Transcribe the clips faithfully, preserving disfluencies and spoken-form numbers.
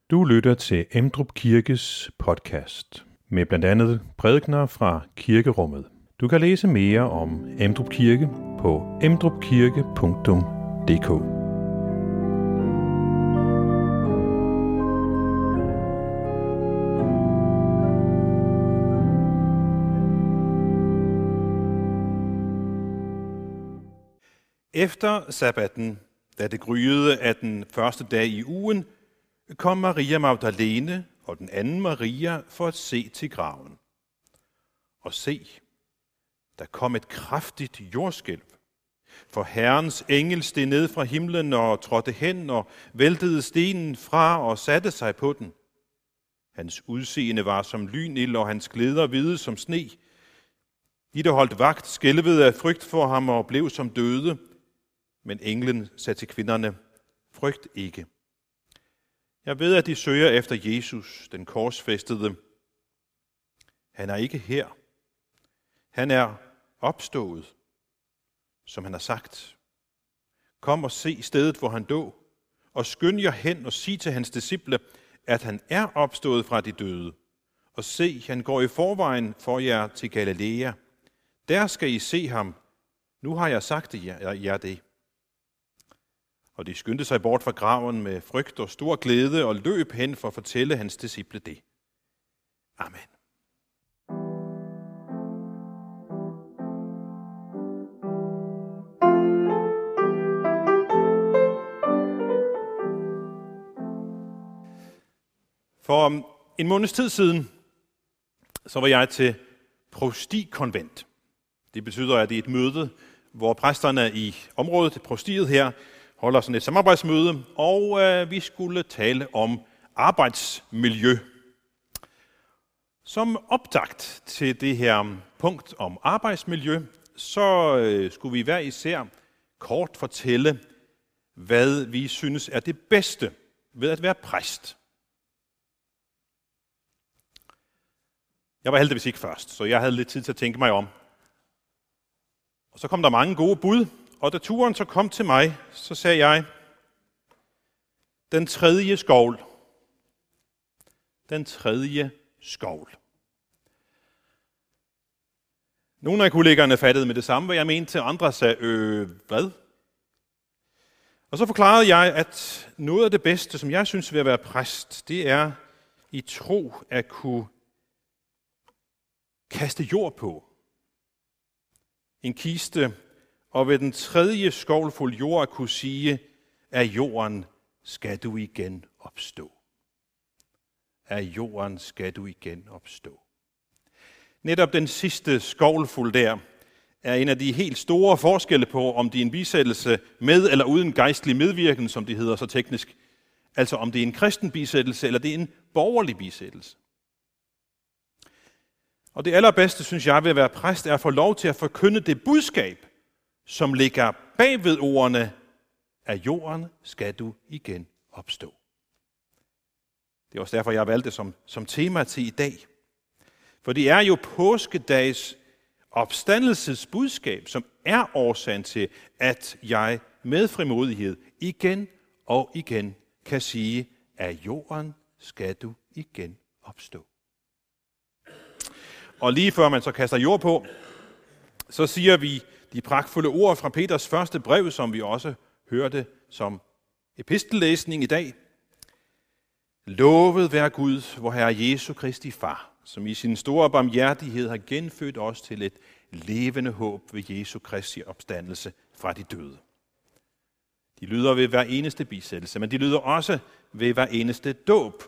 Du lytter til Emdrup Kirkes podcast med blandt andet prædikener fra kirkerummet. Du kan læse mere om Emdrup Kirke på emdrupkirke punktum d k. Efter sabbatten, da det gryede af den første dag i ugen, kom Maria Magdalene og den anden Maria for at se til graven. Og se, der kom et kraftigt jordskælv, for Herrens engel steg ned fra himlen og trådte hen og væltede stenen fra og satte sig på den. Hans udseende var som lynild, og hans klæder hvide som sne. De, der holdt vagt, skælvede af frygt for ham og blev som døde. Men englen sagde til kvinderne, frygt ikke. Jeg ved, at de søger efter Jesus, den korsfæstede. Han er ikke her. Han er opstået, som han har sagt. Kom og se stedet, hvor han døde, og skynd jer hen og sig til hans disciple, at han er opstået fra de døde. Og se, han går i forvejen for jer til Galilea. Der skal I se ham. Nu har jeg sagt jer, jer det. Og de skyndte sig bort fra graven med frygt og stor glæde og løb hen for at fortælle hans disciple det. Amen. For en måneds tid siden, så var jeg til provstikonvent. Det betyder, at det er et møde, hvor præsterne i området, provstiet her, holder sådan et samarbejdsmøde, og øh, vi skulle tale om arbejdsmiljø. Som optakt til det her punkt om arbejdsmiljø, så øh, skulle vi hver især kort fortælle, hvad vi synes er det bedste ved at være præst. Jeg var heldigvis ikke først, så jeg havde lidt tid til at tænke mig om. Og så kom der mange gode bud, og da turen så kom til mig, så sagde jeg, den tredje skovl. Den tredje skovl. Nogle af kollegerne fattede med det samme, hvad jeg mente, til andre sagde, øh, hvad? Og så forklarede jeg, at noget af det bedste, som jeg synes ved at være præst, det er i tro at kunne kaste jord på. En kiste, og ved den tredje skovlfuld jord at kunne sige, af jorden skal du igen opstå. Af jorden skal du igen opstå. Netop den sidste skovlfuld der er en af de helt store forskelle på, om det er en bisættelse med eller uden gejstlig medvirken, som det hedder så teknisk. Altså om det er en kristen bisættelse, eller det er en borgerlig bisættelse. Og det allerbedste, synes jeg, ved at være præst, er at få lov til at forkynde det budskab, som ligger bag ved ordene, af jorden skal du igen opstå. Det er også derfor, jeg valgte det som, som tema til i dag. For det er jo påskedags opstandelsesbudskab, som er årsagen til, at jeg med frimodighed igen og igen kan sige, af jorden skal du igen opstå. Og lige før man så kaster jord på, så siger vi de pragtfulde ord fra Peters første brev, som vi også hørte som epistellæsning i dag. Lovet være Gud, vor Herre Jesu Kristi Far, som i sin store barmhjertighed har genfødt os til et levende håb ved Jesu Kristi opstandelse fra de døde. De lyder ved hver eneste bisættelse, men de lyder også ved hver eneste dåb.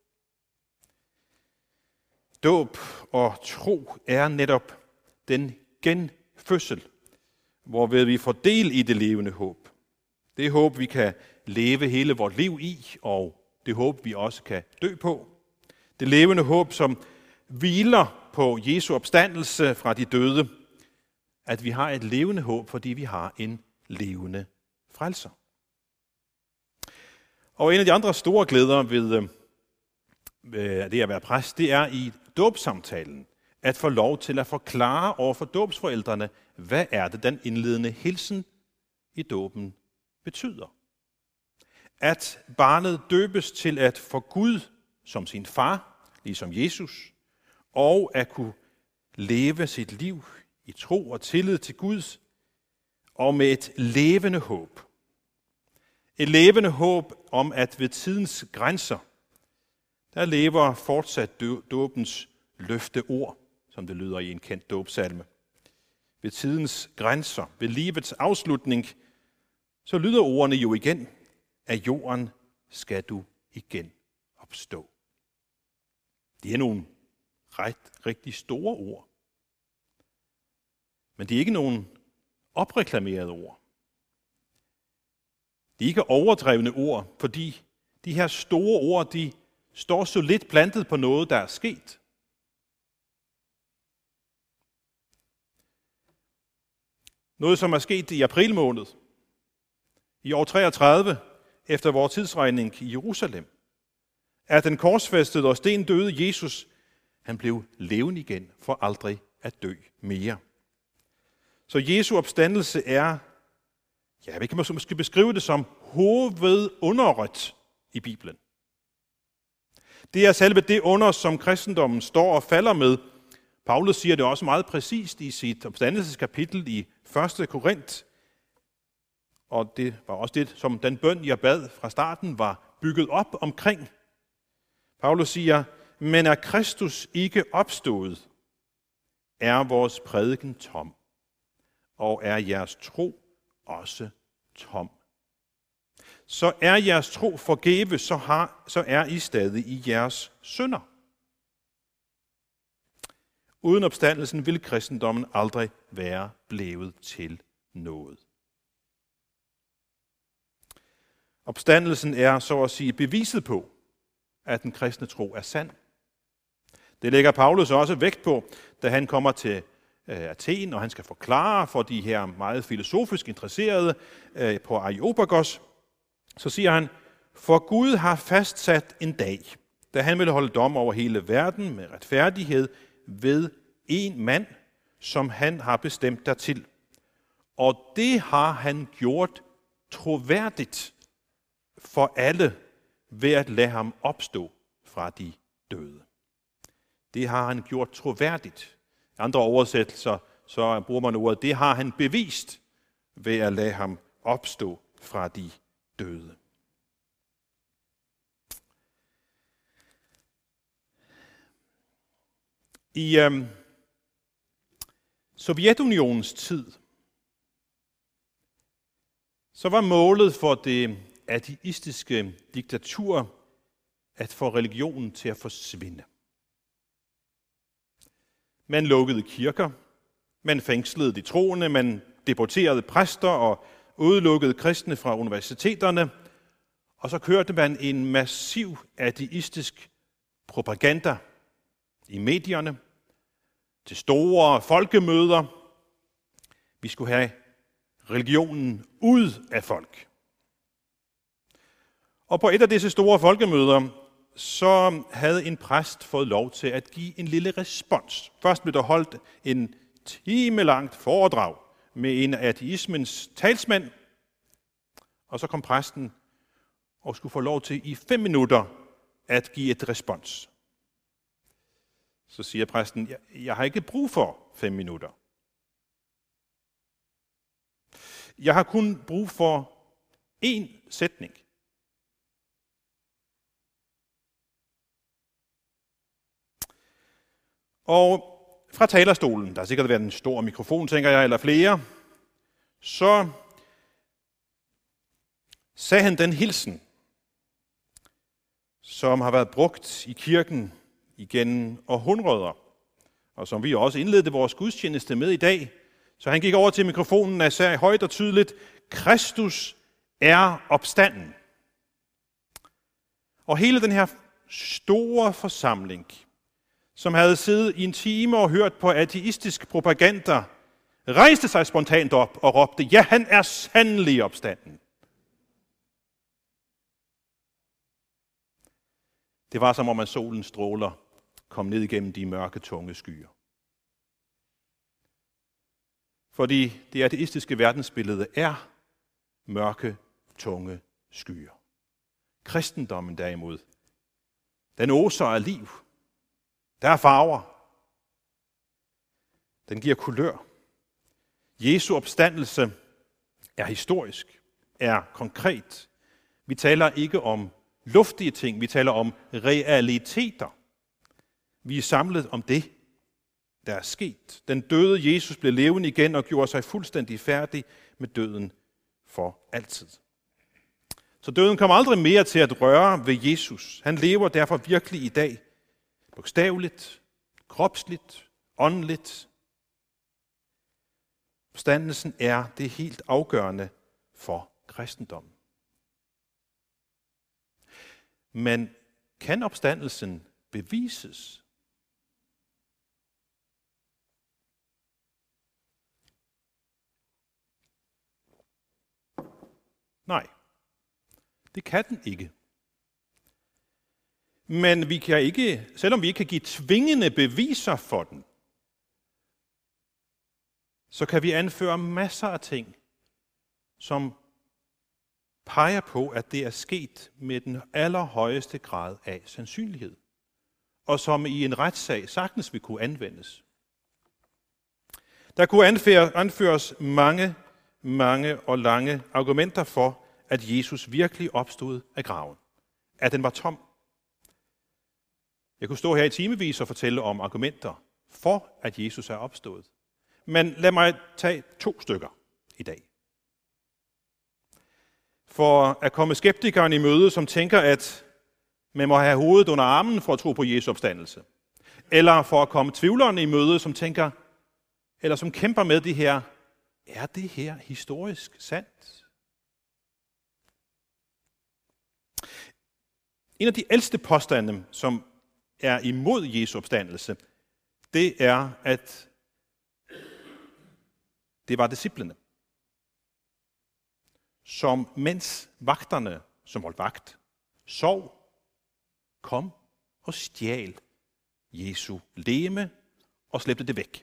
Dåb og tro er netop den genfødsel, hvorved vi får del i det levende håb. Det håb, vi kan leve hele vort liv i, og det håb, vi også kan dø på. Det levende håb, som hviler på Jesu opstandelse fra de døde, at vi har et levende håb, fordi vi har en levende frelser. Og en af de andre store glæder ved det at være præst, det er i dåbsamtalen at få lov til at forklare over for dåbsforældrene, hvad er det, den indledende hilsen i dåben betyder. at barnet døbes til at få Gud som sin far, ligesom Jesus, og at kunne leve sit liv i tro og tillid til Gud, og med et levende håb. Et levende håb om, at ved tidens grænser, der lever fortsat dåbens løfteord, som det lyder i en kendt dåbsalme. Ved tidens grænser, ved livets afslutning, så lyder ordene jo igen, af jorden skal du igen opstå. Det er nogle ret, rigtig store ord. Men det er ikke nogen opreklamerede ord. Det er ikke overdrevne ord, fordi de her store ord, de står så lidt plantet på noget, der er sket. Noget, som er sket i april måned, i år treogtredive, efter vores tidsregning i Jerusalem, er den korsfæstede og stendøde Jesus, han blev levende igen for aldrig at dø mere. Så Jesu opstandelse er, ja, vi kan måske beskrive det som hovedunderet i Bibelen. Det er selve det under, som kristendommen står og falder med. Paulus siger det også meget præcist i sit opstandelseskapitel i første Korint. Og det var også det, som den bøn, jeg bad fra starten, var bygget op omkring. Paulus siger, men er Kristus ikke opstået, er vores prædiken tom, og er jeres tro også tom. Så er jeres tro forgæves, så, har, så er I stadig i jeres synder. Uden opstandelsen vil kristendommen aldrig være blevet til noget. Opstandelsen er så at sige beviset på, at den kristne tro er sand. Det lægger Paulus også vægt på, da han kommer til Athen, og han skal forklare for de her meget filosofisk interesserede på Areopagos. Så siger han, for Gud har fastsat en dag, da han vil holde dom over hele verden med retfærdighed ved en mand, som han har bestemt dertil. Og det har han gjort troværdigt for alle ved at lade ham opstå fra de døde. Det har han gjort troværdigt. I andre oversættelser så bruger man ordet, det har han bevist ved at lade ham opstå fra de døde. I øhm, Sovjetunionens tid, så var målet for det ateistiske diktatur at få religionen til at forsvinde. Man lukkede kirker, man fængslede de troende, man deporterede præster og udelukkede kristne fra universiteterne, og så kørte man en massiv ateistisk propaganda i medierne, til store folkemøder. Vi skulle have religionen ud af folk. Og på et af disse store folkemøder, så havde en præst fået lov til at give en lille respons. Først blev der holdt en timelangt foredrag med en af ateismens talsmænd, og så kom præsten og skulle få lov til i fem minutter at give et respons. Så siger præsten, jeg, jeg har ikke brug for fem minutter. Jeg har kun brug for én sætning. Og fra talerstolen, der har sikkert været en stor mikrofon, tænker jeg, eller flere, så sagde han den hilsen, som har været brugt i kirken igennem århundreder, og som vi også indledte vores gudstjeneste med i dag. Så han gik over til mikrofonen og sagde højt og tydeligt, Kristus er opstanden. Og hele den her store forsamling, som havde siddet i en time og hørt på ateistisk propaganda, rejste sig spontant op og råbte, ja, han er sandelig opstanden. Det var som om, at solens stråler kom ned igennem de mørke, tunge skyer. Fordi det ateistiske verdensbillede er mørke, tunge skyer. Kristendommen derimod, den oser af liv. Der er farver. Den giver kulør. Jesu opstandelse er historisk, er konkret. Vi taler ikke om luftige ting, vi taler om realiteter. Vi er samlet om det, der er sket. Den døde Jesus blev levende igen og gjorde sig fuldstændig færdig med døden for altid. Så døden kommer aldrig mere til at røre ved Jesus. Han lever derfor virkelig i dag. Bogstaveligt, kropsligt, åndeligt. Opstandelsen er det helt afgørende for kristendommen. Men kan opstandelsen bevises? Nej, det kan den ikke. Men vi kan ikke, selvom vi ikke kan give tvingende beviser for den, så kan vi anføre masser af ting, som peger på, at det er sket med den allerhøjeste grad af sandsynlighed, og som i en retssag sagtens vil kunne anvendes. Der kunne anføres mange, mange og lange argumenter for, at Jesus virkelig opstod af graven, at den var tom. Jeg kunne stå her i timevis og fortælle om argumenter for, at Jesus er opstået. Men lad mig tage to stykker i dag. For at komme skeptikeren i møde, som tænker, at man må have hovedet under armen for at tro på Jesu opstandelse. Eller for at komme tvivlerne i møde, som tænker, eller som kæmper med det her, er det her historisk sandt? En af de ældste påstande, som er imod Jesu opstandelse, det er, at det var disciplene, som mens vagterne, som holdt vagt, sov, kom og stjal Jesu legeme og slæbte det væk.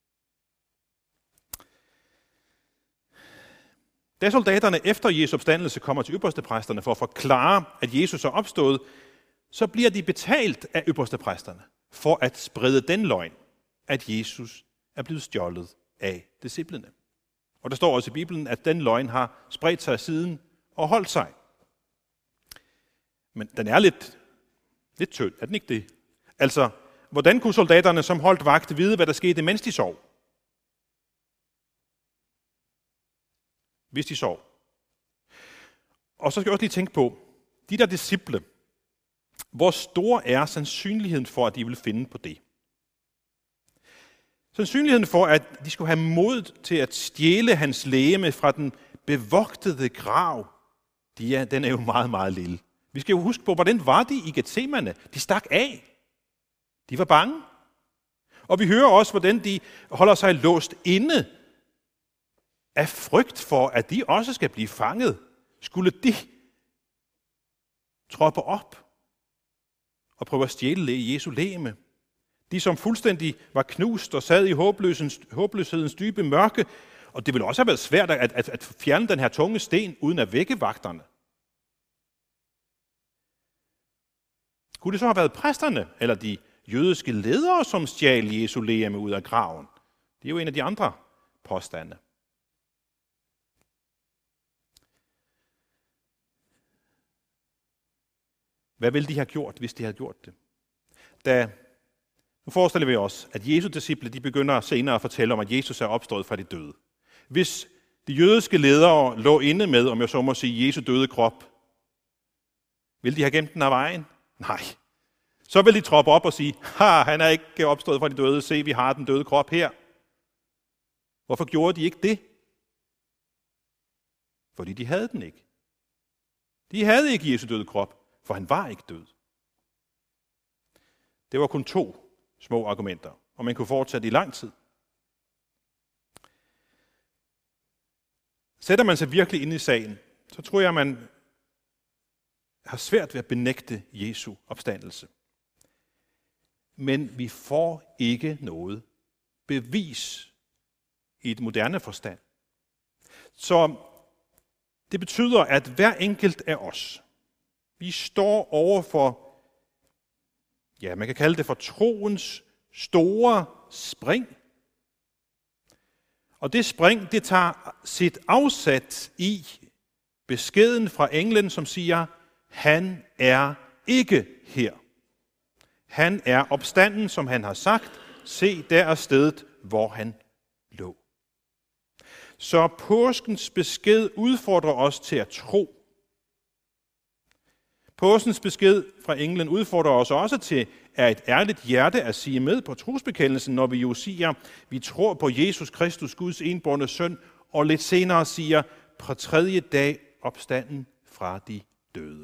Da soldaterne efter Jesu opstandelse kommer til ypperstepræsterne for at forklare, at Jesus er opstået, så bliver de betalt af ypperstepræsterne for at sprede den løgn, at Jesus er blevet stjålet af disciplene. Og der står også i Bibelen, at den løgn har spredt sig siden og holdt sig. Men den er lidt, lidt tynd, er den ikke det? Altså, hvordan kunne soldaterne, som holdt vagt, vide, hvad der skete, mens de sov? Hvis de sov. Og så skal jeg også lige tænke på, de der disciple, hvor stor er sandsynligheden for, at de vil finde på det? Sandsynligheden for, at de skulle have mod til at stjæle hans legeme fra den bevogtede grav, de er, den er jo meget, meget lille. Vi skal jo huske på, hvordan var de i Getsemane? De stak af. De var bange. Og vi hører også, hvordan de holder sig låst inde af frygt for, at de også skal blive fanget. Skulle de troppe op og prøve at stjæle Jesu legeme? De, som fuldstændig var knust og sad i håbløshedens dybe mørke, og det ville også have været svært at, at, at fjerne den her tunge sten, uden at vække vagterne. Kunne det så have været præsterne, eller de jødiske ledere, som stjal Jesu legeme ud af graven? Det er jo en af de andre påstande. Hvad ville de have gjort, hvis de havde gjort det? Da, nu forestiller vi os, at Jesu disciple de begynder senere at fortælle om, at Jesus er opstået fra de døde. Hvis de jødiske ledere lå inde med, om jeg så må sige, Jesu døde krop, ville de have gemt den af vejen? Nej. Så vil de troppe op og sige, ha, han er ikke opstået fra de døde, se, vi har den døde krop her. Hvorfor gjorde de ikke det? Fordi de havde den ikke. De havde ikke Jesu døde krop, for han var ikke død. Det var kun to små argumenter, og man kunne fortsætte i lang tid. Sætter man sig virkelig ind i sagen, så tror jeg, man har svært ved at benægte Jesu opstandelse. Men vi får ikke noget bevis i et moderne forstand. Så det betyder, at hver enkelt af os, Vi står over for, ja, man kan kalde det for troens store spring. Og det spring, det tager sit afsat i beskeden fra englen, som siger, han er ikke her. Han er opstanden, som han har sagt. Se, der er stedet, hvor han lå. Så påskens besked udfordrer os til at tro. Påskens besked fra englen udfordrer os også til at et ærligt hjerte at sige med på trosbekendelsen, når vi jo siger, vi tror på Jesus Kristus, Guds enbårne søn, og lidt senere siger, på tredje dag opstanden fra de døde.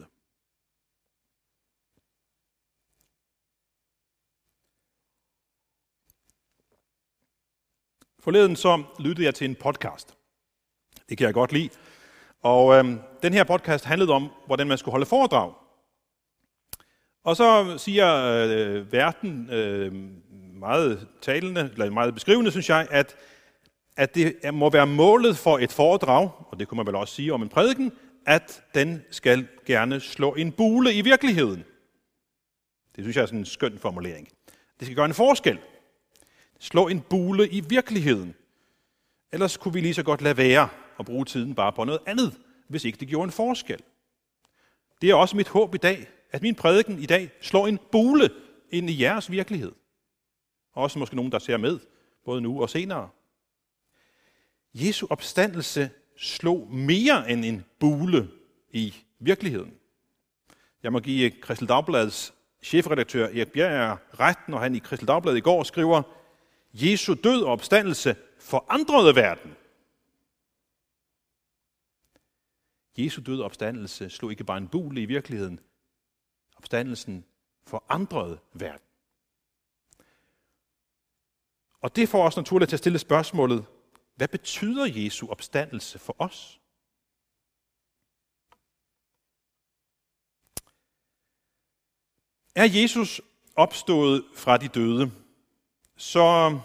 Forleden så lyttede jeg til en podcast. Det kan jeg godt lide. Og øhm, den her podcast handlede om, hvordan man skulle holde foredrag. Og så siger øh, verden øh, meget talende, eller meget beskrivende, synes jeg, at, at det må være målet for et foredrag, og det kunne man vel også sige om en prædiken, at den skal gerne slå en bule i virkeligheden. Det synes jeg er sådan en skøn formulering. Det skal gøre en forskel. Slå en bule i virkeligheden. Ellers kunne vi lige så godt lade være og bruge tiden bare på noget andet, hvis ikke det gjorde en forskel. Det er også mit håb i dag, at min prædiken i dag slår en bule ind i jeres virkelighed. Og også måske nogen, der ser med, både nu og senere. Jesu opstandelse slog mere end en bule i virkeligheden. Jeg må give Kristeligt Dagbladets chefredaktør Erik Bjerg ret, når han i Kristeligt Dagblad i går skriver, Jesu død og opstandelse forandrede verden. Jesu død og opstandelse slog ikke bare en bule i virkeligheden. Opstandelsen forandrede verden. Og det får os naturligt til at stille spørgsmålet, hvad betyder Jesu opstandelse for os? Er Jesus opstået fra de døde, så,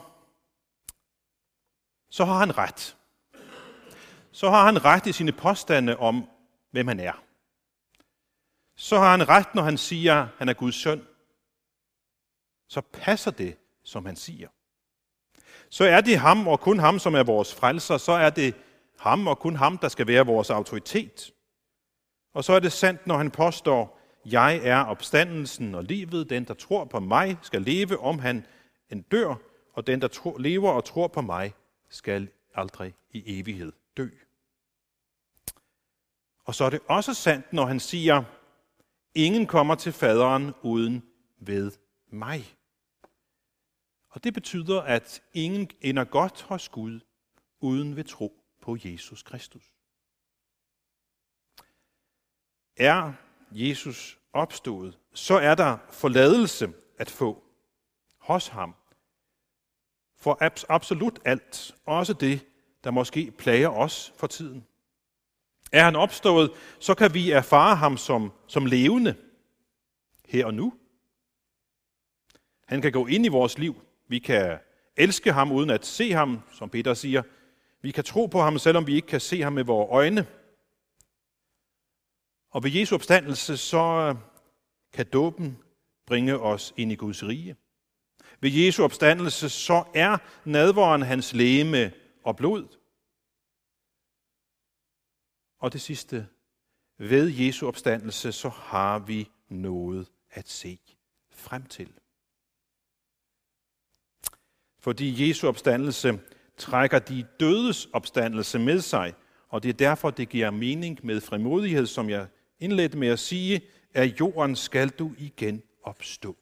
så har han ret. Så har han ret i sine påstande om, hvem han er. Så har han ret, når han siger, at han er Guds søn. Så passer det, som han siger. Så er det ham og kun ham, som er vores frelser. Så er det ham og kun ham, der skal være vores autoritet. Og så er det sandt, når han påstår, jeg er opstandelsen og livet. Den, der tror på mig, skal leve, om han en dør. Og den, der tro, lever og tror på mig, skal aldrig i evighed dø. Og så er det også sandt, når han siger, ingen kommer til faderen uden ved mig. Og det betyder, at ingen ender godt hos Gud, uden ved tro på Jesus Kristus. Er Jesus opstået, så er der forladelse at få hos ham. For absolut alt, også det, der måske plager os for tiden. Er han opstået, så kan vi erfare ham som, som levende her og nu. Han kan gå ind i vores liv. Vi kan elske ham uden at se ham, som Peter siger. Vi kan tro på ham, selvom vi ikke kan se ham med vores øjne. Og ved Jesu opstandelse, så kan dåben bringe os ind i Guds rige. Ved Jesu opstandelse, så er nadveren hans legeme og blod. Og det sidste, ved Jesu opstandelse, så har vi noget at se frem til. Fordi Jesu opstandelse trækker de dødes opstandelse med sig, og det er derfor, det giver mening med frimodighed, som jeg indledte med at sige, at jorden skal du igen opstå.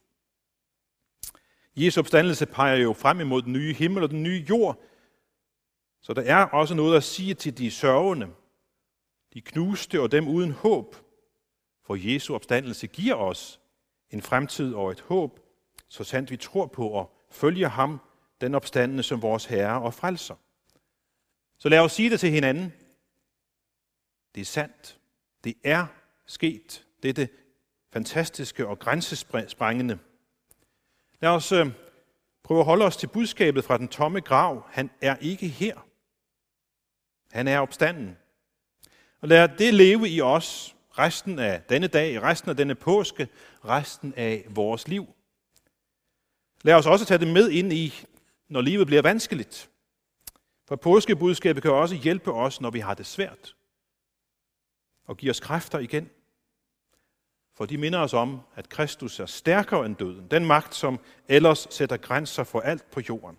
Jesu opstandelse peger jo frem imod den nye himmel og den nye jord, så der er også noget at sige til de sørgende, de knuste og dem uden håb, for Jesu opstandelse giver os en fremtid og et håb, så sandt vi tror på og følger ham, den opstandende som vores Herre og Frelser. Så lad os sige det til hinanden. Det er sandt. Det er sket. Det er det fantastiske og grænsesprængende. Lad os øh, prøve at holde os til budskabet fra den tomme grav. Han er ikke her. Han er opstanden. Og lad det leve i os resten af denne dag, resten af denne påske, resten af vores liv. Lad os også tage det med ind i, når livet bliver vanskeligt. For påskebudskabet kan også hjælpe os, når vi har det svært. Og give os kræfter igen. For de minder os om, at Kristus er stærkere end døden. Den magt, som ellers sætter grænser for alt på jorden.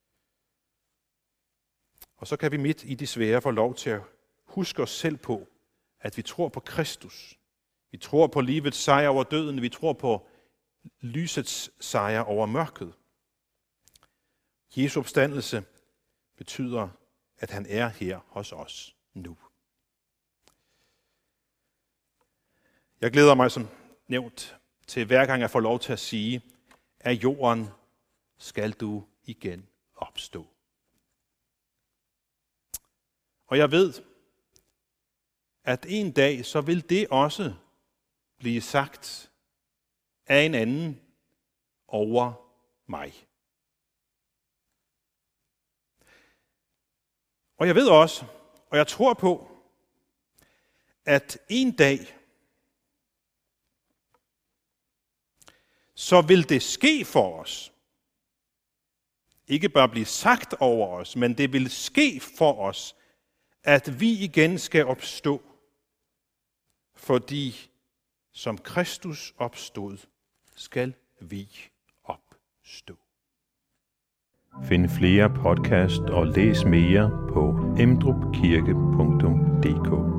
Og så kan vi midt i de svære få lov til at huske os selv på, at vi tror på Kristus. Vi tror på livets sejr over døden. Vi tror på lysets sejr over mørket. Jesu opstandelse betyder, at han er her hos os nu. Jeg glæder mig som nævnt til hver gang jeg får lov til at sige, af jorden skal du igen opstå. Og jeg ved, at en dag så vil det også blive sagt af en anden over mig. Og jeg ved også, og jeg tror på, at en dag, så vil det ske for os. Ikke bare blive sagt over os, men det vil ske for os, at vi igen skal opstå. Fordi som Kristus opstod, skal vi opstå. Find flere podcast og læs mere på emdrupkirke punktum d k.